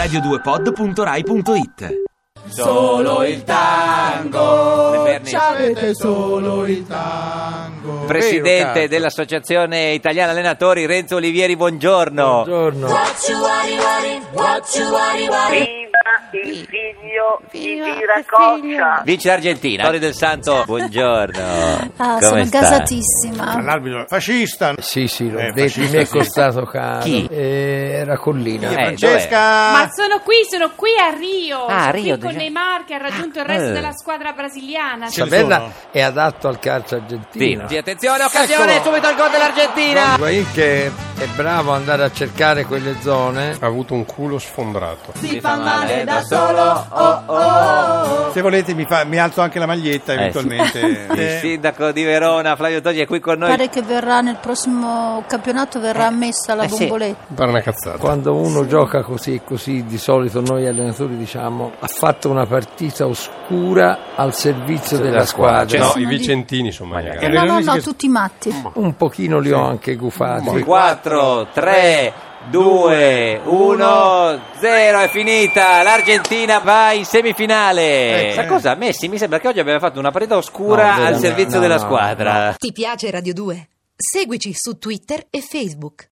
radio2pod.rai.it. Solo il tango, Avete solo il tango. Presidente dell'Associazione Italiana Allenatori Renzo Olivieri, buongiorno. Buongiorno. Viva il figlio di Viracoccia. Vince l'Argentina. Storia del Santo, buongiorno. Sono gasatissima. L'arbitro fascista. Sì, l'ho detto, fascista, mi è sì. costato caro. Chi? Era Collina. Francesca. Ma sono qui a Rio. Ah, Sono Rio, qui con già. Neymar che ha raggiunto il resto della squadra brasiliana. Sabella è adatto al calcio argentino. Sì, attenzione, occasione, subito il gol dell'Argentina. Higuaín che è bravo ad andare a cercare quelle zone. Ha avuto un culo sfondrato. Si fa male da solo. Se volete mi alzo anche la maglietta eventualmente. Il sindaco di Verona, Flavio Toggi, è qui con noi. Pare che verrà nel prossimo campionato verrà ammessa la sì. bomboletta. Pare una cazzata. Quando uno gioca così, di solito noi allenatori diciamo ha fatto una partita oscura al servizio della squadra. No, Sono i di- vicentini sono magari. No, tutti matti. Un pochino li ho anche gufati. 4, 3, 2, 1, 0, è finita. L'Argentina va in semifinale. Ma cosa, Messi? Mi sembra che oggi abbiamo fatto una partita oscura No, al veramente, servizio no, della no, squadra. Ti piace Radio 2? Seguici su Twitter e Facebook.